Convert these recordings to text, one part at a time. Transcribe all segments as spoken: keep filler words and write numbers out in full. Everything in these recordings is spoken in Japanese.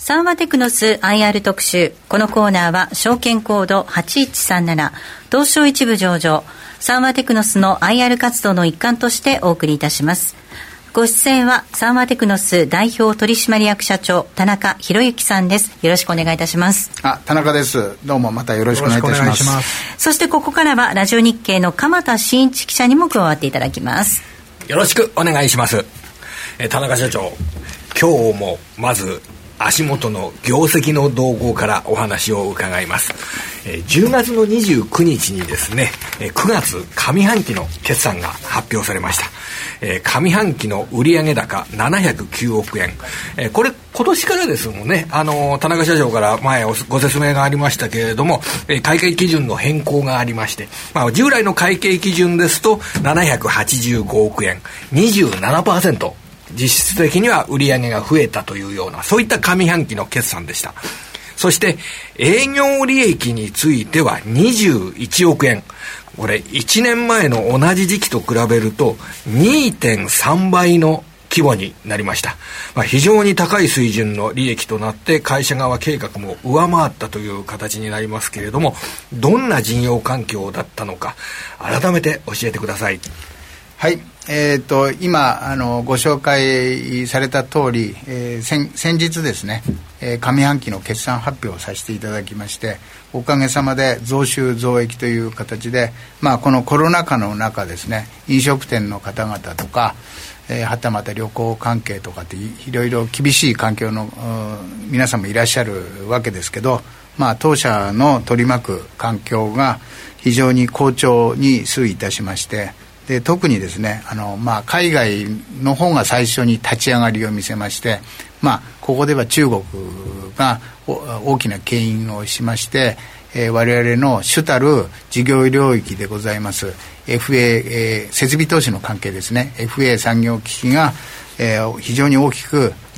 サンワテクノス アイアール 特集。このコーナーは証券コードはちいちさんなな東証一部上場サンワテクノスの アイアール 活動の一環としてお送りいたします。ご出演はサンワテクノス代表取締役社長田中博之さんです。よろしくお願いいたします。 あ、田中です。どうもまたよろしくお願いいたします。しますそしてここからはラジオ日経の鎌田新一記者にも加わっていただきます。 よろしくお願いします。え田中社長、今日もまず足元の業績の動向からお話を伺います。えー、じゅうがつのにじゅうくにちにですね、えー、くがつ上半期の決算が発表されました。えー、上半期の売上高ななひゃくきゅうおくえん、えー、これ今年からですもんね。あのー、田中社長から前ご説明がありましたけれども、えー、会計基準の変更がありまして、まあ、従来の会計基準ですとななひゃくはちじゅうごおくえん、 にじゅうななパーセント実質的には売上が増えたというような、そういった上半期の決算でした。そして営業利益についてはにじゅういちおくえん、これいちねんまえの同じ時期と比べると にてんさんばいの規模になりました。まあ、非常に高い水準の利益となって会社側計画も上回ったという形になりますけれども、どんな事業環境だったのか改めて教えてください。 はい、えー、と今あのご紹介された通り、えー、先, 先日ですね、えー、上半期の決算発表をさせていただきまして、おかげさまで増収増益という形で、まあ、このコロナ禍の中ですね、飲食店の方々とか、えー、はたまた旅行関係とかっていろいろ厳しい環境の皆さんもいらっしゃるわけですけど、まあ、当社の取り巻く環境が非常に好調に推移いたしまして、で特にですね、あの、まあ、海外の方が最初に立ち上がりを見せまして、まあ、ここでは中国が大きな牽引をしまして、えー、我々の主たる事業領域でございます エフエー、えー、設備投資の関係ですね、 エフエー 産業機器が、えー、非常に大きく、うん、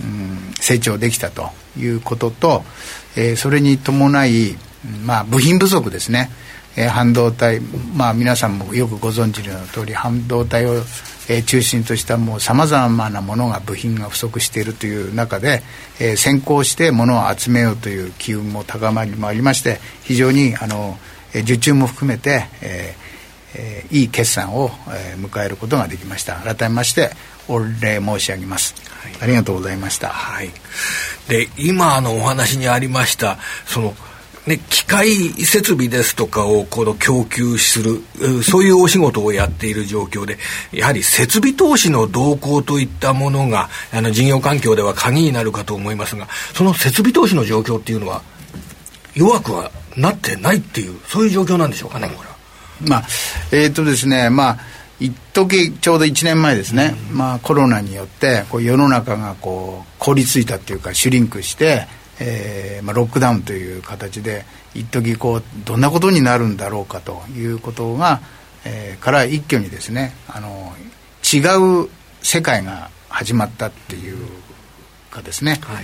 成長できたということと、えー、それに伴い、まあ、部品不足ですね、えー、半導体、まあ、皆さんもよくご存知の通り半導体を、えー、中心としたもうさまざまなものが部品が不足しているという中で、えー、先行してものを集めようという機運も高まりもありまして、非常にあの、えー、受注も含めて、えーえー、いい決算を、えー、迎えることができました。改めましてお礼申し上げます、はい、ありがとうございました。 はい、で今あのお話にありましたそのね、機械設備ですとかをこの供給する、そういうお仕事をやっている状況で、やはり設備投資の動向といったものがあの事業環境では鍵になるかと思いますが、その設備投資の状況っていうのは弱くはなってないっていう、そういう状況なんでしょうかね。これはまあえー、っとですねまあ一時ちょうどいちねんまえですね、うん、まあ、コロナによってこう世の中がこう凍りついたっていうかシュリンクしてえーまあ、ロックダウンという形で一時こうどんなことになるんだろうかということが、えー、から一挙にですね、あの違う世界が始まったっていうかですね、はい、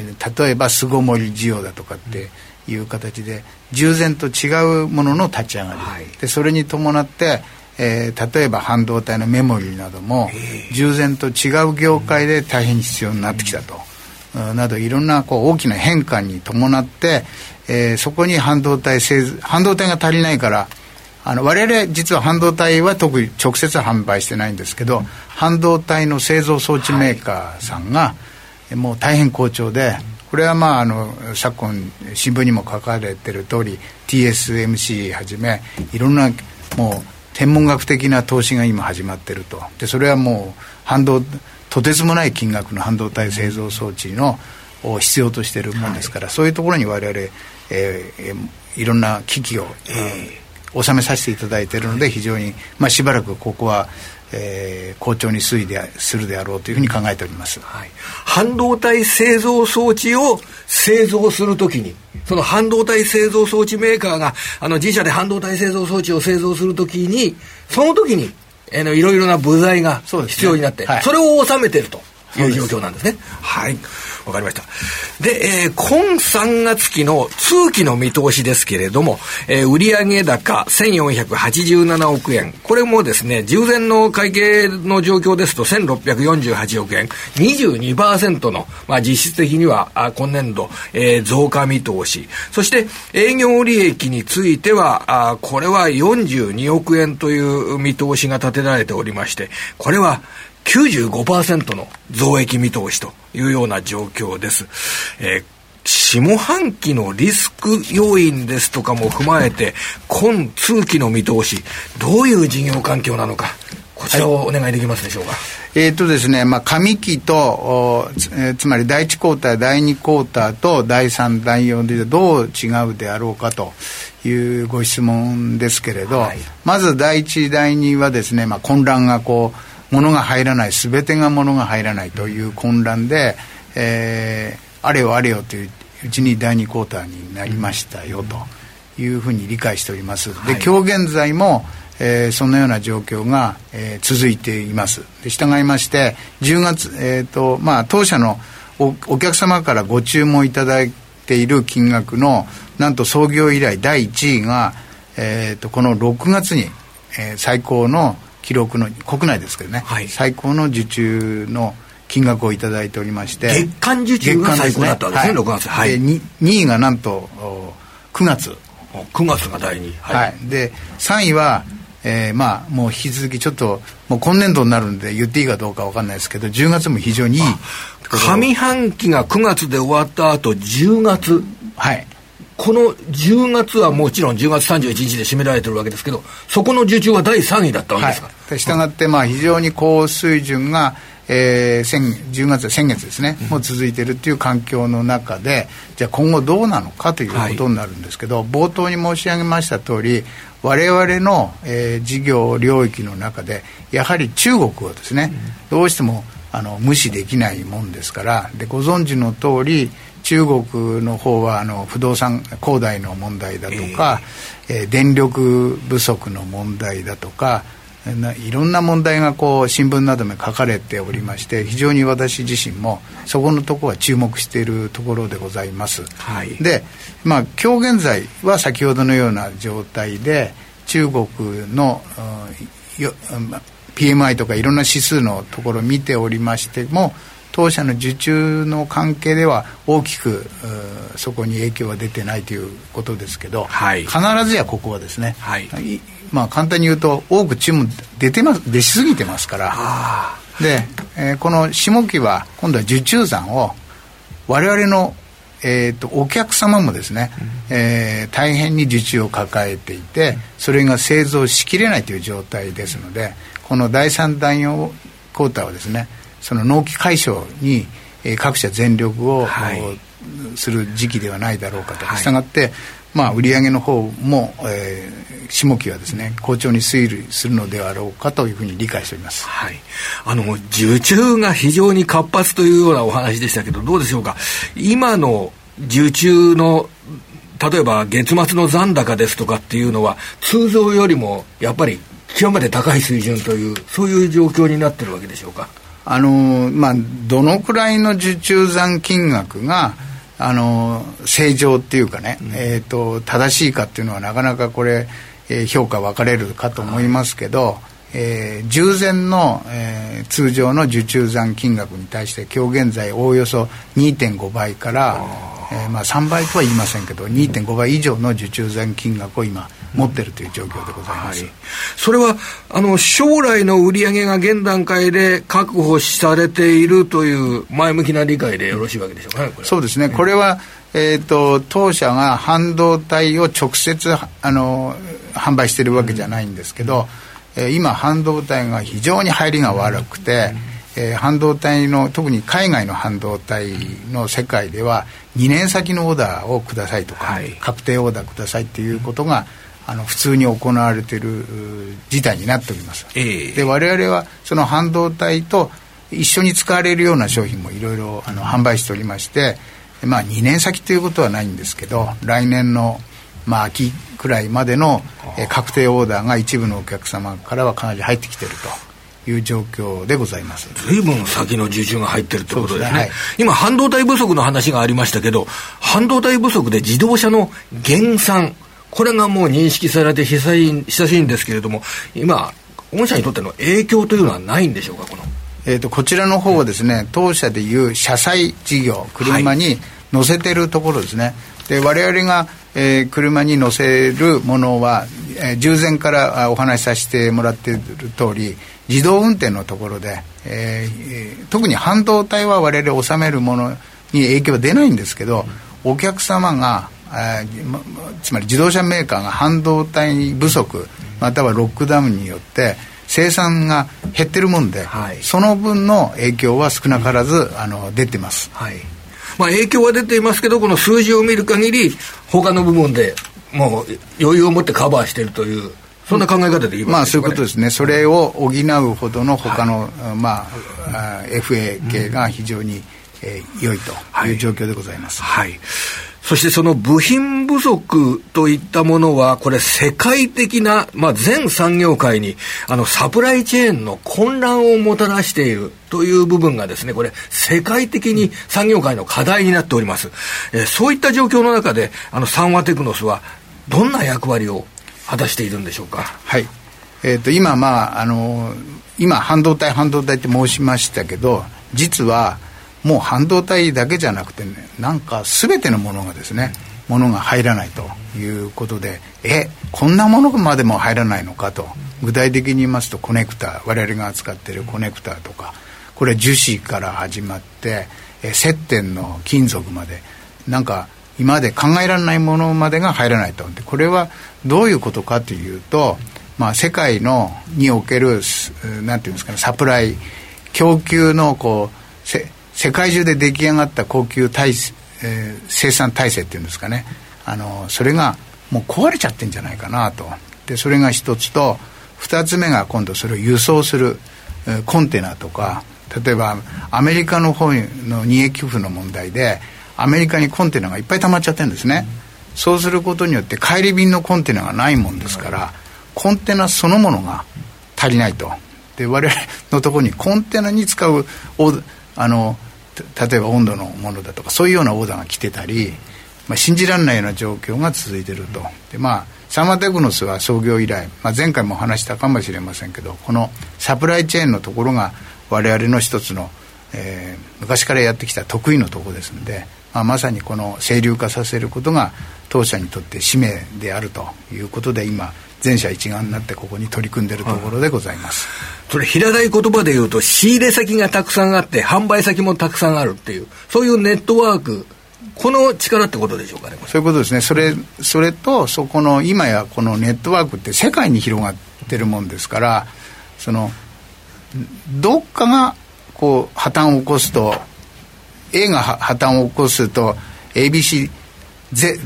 例えば巣ごもり需要だとかっていう形で従前と違うものの立ち上がり、はい、でそれに伴って、えー、例えば半導体のメモリーなども従前と違う業界で大変必要になってきたと、などいろんなこう大きな変化に伴って、えー、そこに半導体製半導体が足りないから、あの我々実は半導体は特に直接販売してないんですけど、うん、半導体の製造装置メーカーさんが、はい、もう大変好調で、これはまああの昨今新聞にも書かれている通り ティーエスエムシー はじめいろんなもう天文学的な投資が今始まっていると。でそれはもう半導体とてつもない金額の半導体製造装置のを必要としているものですから、はい、そういうところに我々、えー、いろんな機器を、えー、収めさせていただいているので、非常に、まあ、しばらくここは、えー、好調に推移でするであろうというふうに考えております、 はい、半導体製造装置を製造するときに、その半導体製造装置メーカーがあの自社で半導体製造装置を製造するときに、その時にいろいろな部材が必要になって、 そ,、ねはい、それを収めてると、 という状況なんですね。はい、わかりました。で、えー、今さんがつ期の通期の見通しですけれども、えー、売上高せんよんひゃくはちじゅうななおくえん、これもですね、従前の会計の状況ですとせんろっぴゃくよんじゅうはちおくえん、にじゅうにパーセント の、まあ、実質的にはあ今年度、えー、増加見通し、そして営業利益についてはあこれはよんじゅうにおくえんという見通しが立てられておりまして、これは きゅうじゅうごパーセント の増益見通しというような状況です。えー下半期のリスク要因ですとかも踏まえて、今通期の見通し、どういう事業環境なのか、こちらをお願いできますでしょうか。はい、 えーとですね、まあ、上期と、つ, えー、つまりだいいちクォーター、だいにクォーターとだいさん、だいよんでどう違うであろうかというご質問ですけれど、はい、まずだいいち、だいにはですね、まあ、混乱がこう、物が入らない、すべてが物が入らないという混乱で、えーあれよあれよといううちにだいにクォーターになりましたよというふうに理解しております。で、今日現在も、えー、そのような状況が、えー、続いています。で、従いましてじゅうがつ、えーとまあ、当社の お, お客様からご注文いただいている金額のなんと創業以来だいいちいが、えー、とこのろくがつに、えー、最高の記録の国内ですけどね、はい、最高の受注の金額をいただいておりまして、 月間受注が最高だったんですね、はい、ろくがつ、はい、 で 2, にいがなんとくがつくがつがだいにい、 はいはい、でさんいは、えー、まあもう引き続きちょっともう今年度になるんで言っていいかどうか分かんないですけど、じゅうがつも非常にいい。 上半期がくがつで終わった後じゅうがつ、はい、このじゅうがつはもちろんじゅうがつさんじゅういちにちで占められてるわけですけど、そこの受注はだいさんいだったわけですか。 はい、したがってまあ非常に高水準がえー、先じゅうがつ先月ですね、もう続いているという環境の中で、じゃあ今後どうなのかということになるんですけど、はい、冒頭に申し上げました通り、我々の、えー、事業領域の中でやはり中国をですね、うん、どうしてもあの無視できないもんですから、でご存知の通り中国の方はあの不動産恒大の問題だとか、えーえー、電力不足の問題だとか、いろんな問題がこう新聞などに書かれておりまして、非常に私自身もそこのところは注目しているところでございます。はい、で、まあ、今日現在は先ほどのような状態で、中国の、うん、よ ピーエムアイ とかいろんな指数のところを見ておりましても、当社の受注の関係では大きくそこに影響は出てないということですけど、はい、必ずやここはですね、はい、まあ、簡単に言うと多く注文出てます、出しすぎてますから。で、えー、この下期は今度は受注残を我々の、えー、とお客様もですね、うん、えー、大変に受注を抱えていて、それが製造しきれないという状態ですので、このだいさんだいよんクォーターはですね、その納期解消に、えー、各社全力を、はい、する時期ではないだろうかと。したがって、まあ、売上の方も、えー、下期はですね好調に推移するのであろうかというふうに理解しております。 はい、あの受注が非常に活発というようなお話でしたけど、どうでしょうか。今の受注の例えば月末の残高ですとかっていうのは通常よりもやっぱり極めて高い水準という、そういう状況になってるわけでしょうか。 あの、まあ、どのくらいの受注残金額があの正常っていうかね、うん、えーと、正しいかっていうのはなかなかこれ、えー、評価分かれるかと思いますけど、えー、従前の、えー、通常の受注残金額に対して今日現在おおよそ にてんごばいから、えーまあ、さんばいとは言いませんけど にてんごばい以上の受注残金額を今持っているという状況でございます。はい、 それはあの将来の売上が現段階で確保されているという前向きな理解でよろしいわけでしょうかね。これそうですね、これは、えーと、当社が半導体を直接あの販売しているわけじゃないんですけど、うんえー、今半導体が非常に入りが悪くて、うんえー、半導体の特に海外の半導体の世界ではにねん先のオーダーをくださいとか、はい、確定オーダーくださいっていうことが、うん、あの普通に行われている事態になっております。えー、で我々はその半導体と一緒に使われるような商品もいろいろ販売しておりまして、まあ、にねん先ということはないんですけど、来年のまあ、秋くらいまでの、えー、確定オーダーが一部のお客様からはかなり入ってきているいう状況でございます。 随分先の受注が入ってるってことですね。 そうですね、はい、 今半導体不足の話がありましたけど、半導体不足で自動車の減産、これがもう認識されて久しい、久しいんですけれども、今御社にとっての影響というのはないんでしょうか。このえー、とこちらの方はですね、当社でいう車載事業、車に乗せてるところですね。で我々が、えー、車に乗せるものは、えー、従前からお話しさせてもらっている通り、自動運転のところで、えー、特に半導体は我々収めるものに影響は出ないんですけど、うん、お客様が、えー、つまり自動車メーカーが半導体不足またはロックダウンによって生産が減ってるもんで、はい、その分の影響は少なからず、うん、あの出てます、はい。 まあ、影響は出ていますけど、この数字を見る限り他の部分でもう余裕を持ってカバーしているという、そんな考え方でいいわけですかね。 まあそういうことですね。それを補うほどの他の、はい、まあ エフエー 系が非常に、うんえー、良いという状況でございます、 はいはい。そしてその部品不足といったものは、これ世界的な、まあ、全産業界にあのサプライチェーンの混乱をもたらしているという部分がですね、これ世界的に産業界の課題になっております、えー、そういった状況の中であのサンワテクノスはどんな役割を果たしているんでしょうか。 はい、えー、と今、まあ、あの今半導体半導体って申しましたけど、実はもう半導体だけじゃなくて、ね、なんか全てのものがですね、ものが入らないということで、えこんなものまでも入らないのかと。具体的に言いますと、コネクター、我々が扱っているコネクターとか、これ樹脂から始まってえ接点の金属まで、なんか今まで考えられないものまでが入らないと。でこれはどういうことかというと、まあ、世界のにおけるなんていうんですかね、サプライ供給のこうせ世界中で出来上がった高級体、えー、生産体制っていうんですかね、あのそれがもう壊れちゃってんじゃないかなと。でそれが一つと、二つ目が今度それを輸送する、えー、コンテナとか、例えばアメリカの方の二益付の問題でアメリカにコンテナがいっぱい溜まっちゃってるんですね、うん、そうすることによって帰り便のコンテナがないもんですから、コンテナそのものが足りないと。で我々のところにコンテナに使うあの例えば温度のものだとか、そういうようなオーダーが来てたり、まあ、信じられないような状況が続いていると。で、まあ、サンワテクノスは創業以来、まあ、前回もお話したかもしれませんけど、このサプライチェーンのところが我々の一つの、えー、昔からやってきた得意のところですので、まあ、まさにこの清流化させることが当社にとって使命であるということで、今全社一丸になってここに取り組んでいるところでございます、 はい、それ平たい言葉で言うと、仕入れ先がたくさんあって販売先もたくさんあるっていう、そういうネットワーク、この力ってことでしょうかね。 そういうことですね。それ、それとそこの今やこのネットワークって世界に広がってるもんですから、そのどっかがこう破綻を起こすと、 A が破綻を起こすと エービーシー Z,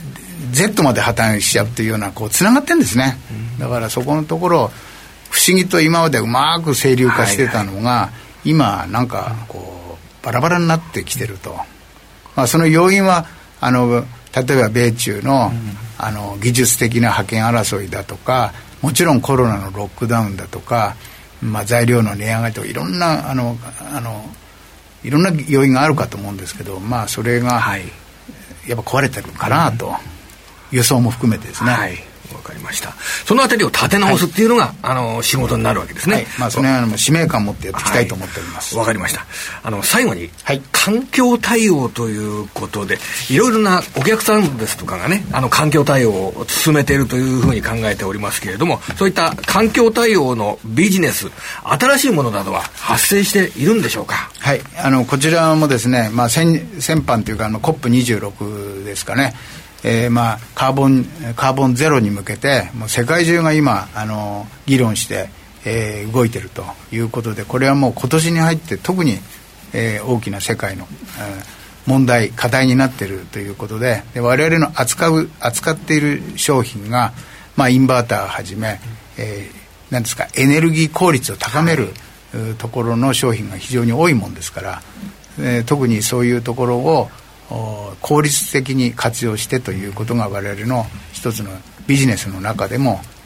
Z まで破綻しちゃうというようなこうつながってるんですね。だからそこのところ不思議と今までうまく清流化してたのが、はいはい、今なんかこうバラバラになってきてると。まあ、その要因はあの例えば米中 の,、うん、あの技術的な覇権争いだとか、もちろんコロナのロックダウンだとか、まあ、材料の値上がりとかいろんなあのあのいろんな要因があるかと思うんですけど、まあ、それがやっぱ壊れてるかなと、うん、輸送も含めてですね。 はい、わかりました。そのあたりを立て直すっていうのが、はい、あの仕事になるわけですね。はい、 まあ、それは使命感を持ってやっていきたいと思っております。 わ、はい、かりました。あの最後に、はい、環境対応ということで、いろいろなお客さんですとかがね、あの環境対応を進めているというふうに考えておりますけれども、そういった環境対応のビジネス、新しいものなどは発生しているんでしょうか。 はい、あのこちらもですね、まあ、先, 先般というかあの コップにじゅうろく ですかね、えーまあ、カーボンカーボンゼロに向けてもう世界中が今あの議論して、えー、動いているということで、これはもう今年に入って特に、えー、大きな世界の、えー、問題課題になっているということで、で我々の扱う扱っている商品が、まあ、インバーターをはじめ、えー、なんですかエネルギー効率を高める、はい、ところの商品が非常に多いもんですから、えー、特にそういうところを効率的に活用してということが我々の一つのビジネスの中でも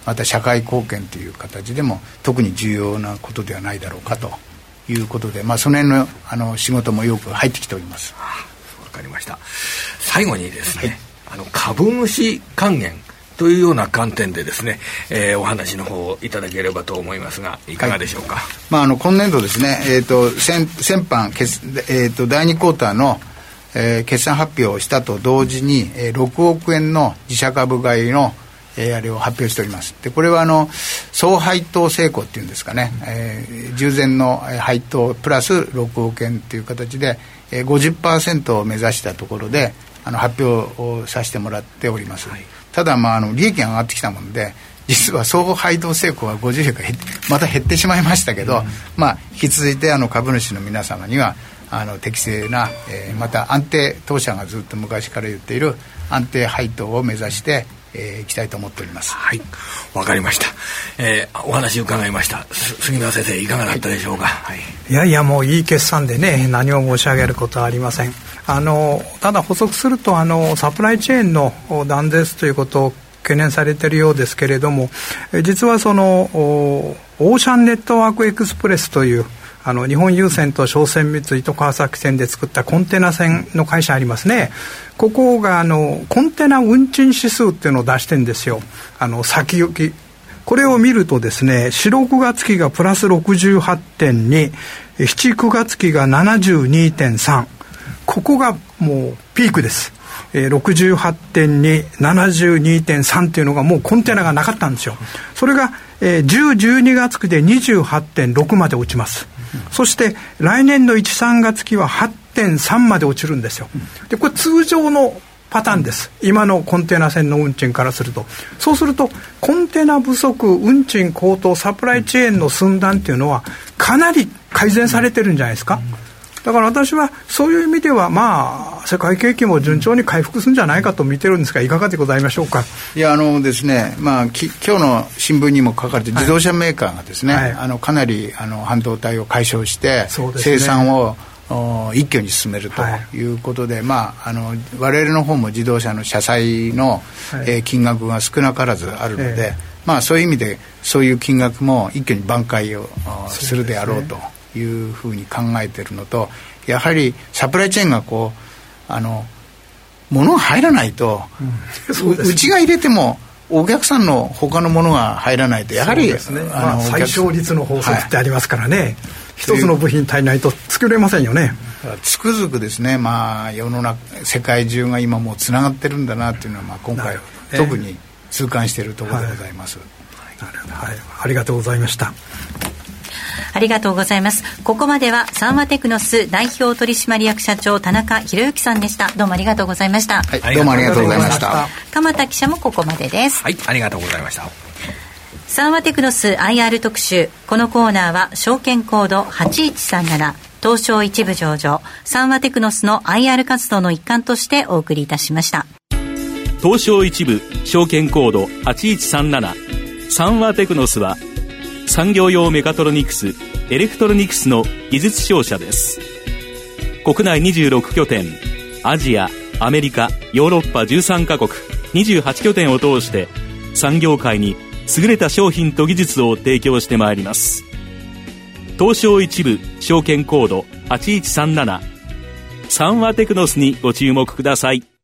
また社会貢献という形でも特に重要なことではないだろうかということで、まあ、その辺 の, あの仕事もよく入ってきております。 わかりました。最後にですね、はい、あの株主還元というような観点でですね、えー、お話の方をいただければと思いますが、いかがでしょうか。はい、 まあ、あの今年度ですね、えー、と 先, 先般、えー、とだいにクォーターの、えー、決算発表をしたと同時に、えー、ろくおくえんの自社株買いの、えー、あれを発表しております。でこれはあの総配当成功っていうんですかね、えー、従前の配当プラスろくおくえんという形で、えー、ごじゅっパーセント を目指したところであの発表をさせてもらっております。はい、ただ、まあ、あの利益が上がってきたもので実は総配当成功はごじゅうがまた減ってしまいましたけど、うんまあ、引き続いてあの株主の皆様にはあの適正な、えー、また安定当社がずっと昔から言っている安定配当を目指してえー、いきたいと思っております。 はい、わかりました。えー、お話伺いました。杉村先生いかがだったでしょうか。はい、 いやいやもういい決算でね、何を申し上げることはありません。あのただ補足するとあのサプライチェーンの断絶ということを懸念されているようですけれども、実はそのオーシャンネットワークエクスプレスというあの日本郵船と商船三井と川崎線で作ったコンテナ船の会社ありますね。ここがあのコンテナ運賃指数っていうのを出してるんですよ。あの先行きこれを見るとですね、よん、ろくがつ期がプラス ろくじゅうはってんに、しち、くがつ期が ななじゅうにてんさん、 ここがもうピークです。えー、ろくじゅうはってんに、ななじゅうにてんさん っていうのがもうコンテナがなかったんですよ。それが、えー、じゅう、じゅうにがつ期で にじゅうはってんろく まで落ちます。そして来年のいち、さんがつ期は はってんさん まで落ちるんですよ。でこれ通常のパターンです。今のコンテナ船の運賃からすると。そうするとコンテナ不足、運賃高騰、サプライチェーンの寸断っていうのはかなり改善されてるんじゃないですか。だから私はそういう意味ではまあ世界景気も順調に回復するんじゃないかと見てるんですが、いかがでございましょうか。 いやあのですね、まあ、き今日の新聞にも書かれて自動車メーカーがですね、はい、あのかなりあの半導体を解消して、ね、生産を一挙に進めるということで、はい、まあ、あの我々の方も自動車の車載の、はい、えー、金額が少なからずあるので、えーまあ、そういう意味でそういう金額も一挙に挽回をするであろうというふうに考えているのと、やはりサプライチェーンがこうあの物が入らないと、うん、う, うちが入れてもお客さんの他のものが入らないと、やはり、 ね、あの、まあ、最小率の法則ってありますからね、はい、一つの部品足りないと作れませんよね。 つくづくですね、まあ、世の中世界中が今もうつながってるんだなっていうのは、まあ、今回、ね、特に痛感しているところでございます。 はい、はい、ありがとうございました。 ありがとうございます。ここまではサンワテクノス代表取締役社長田中裕之さんでした。どうもありがとうございました。 はい、どうもありがとうございました。 鎌田記者もここまでです。 はい、ありがとうございました。 サンワテクノス アイアール 特集。このコーナーは証券コードはちいちさんなな東証一部上場サンワテクノスの アイアール 活動の一環としてお送りいたしました。 東証一部証券コードはちいちさんななサンワテクノスは産業用メカトロニクス、エレクトロニクスの技術商社です。国内にじゅうろくきょてん、アジア、アメリカ、ヨーロッパじゅうさんカ国、にじゅうはちきょてんを通して産業界に優れた商品と技術を提供してまいります。東証一部証券コードはちいちさんななサンワテクノスにご注目ください。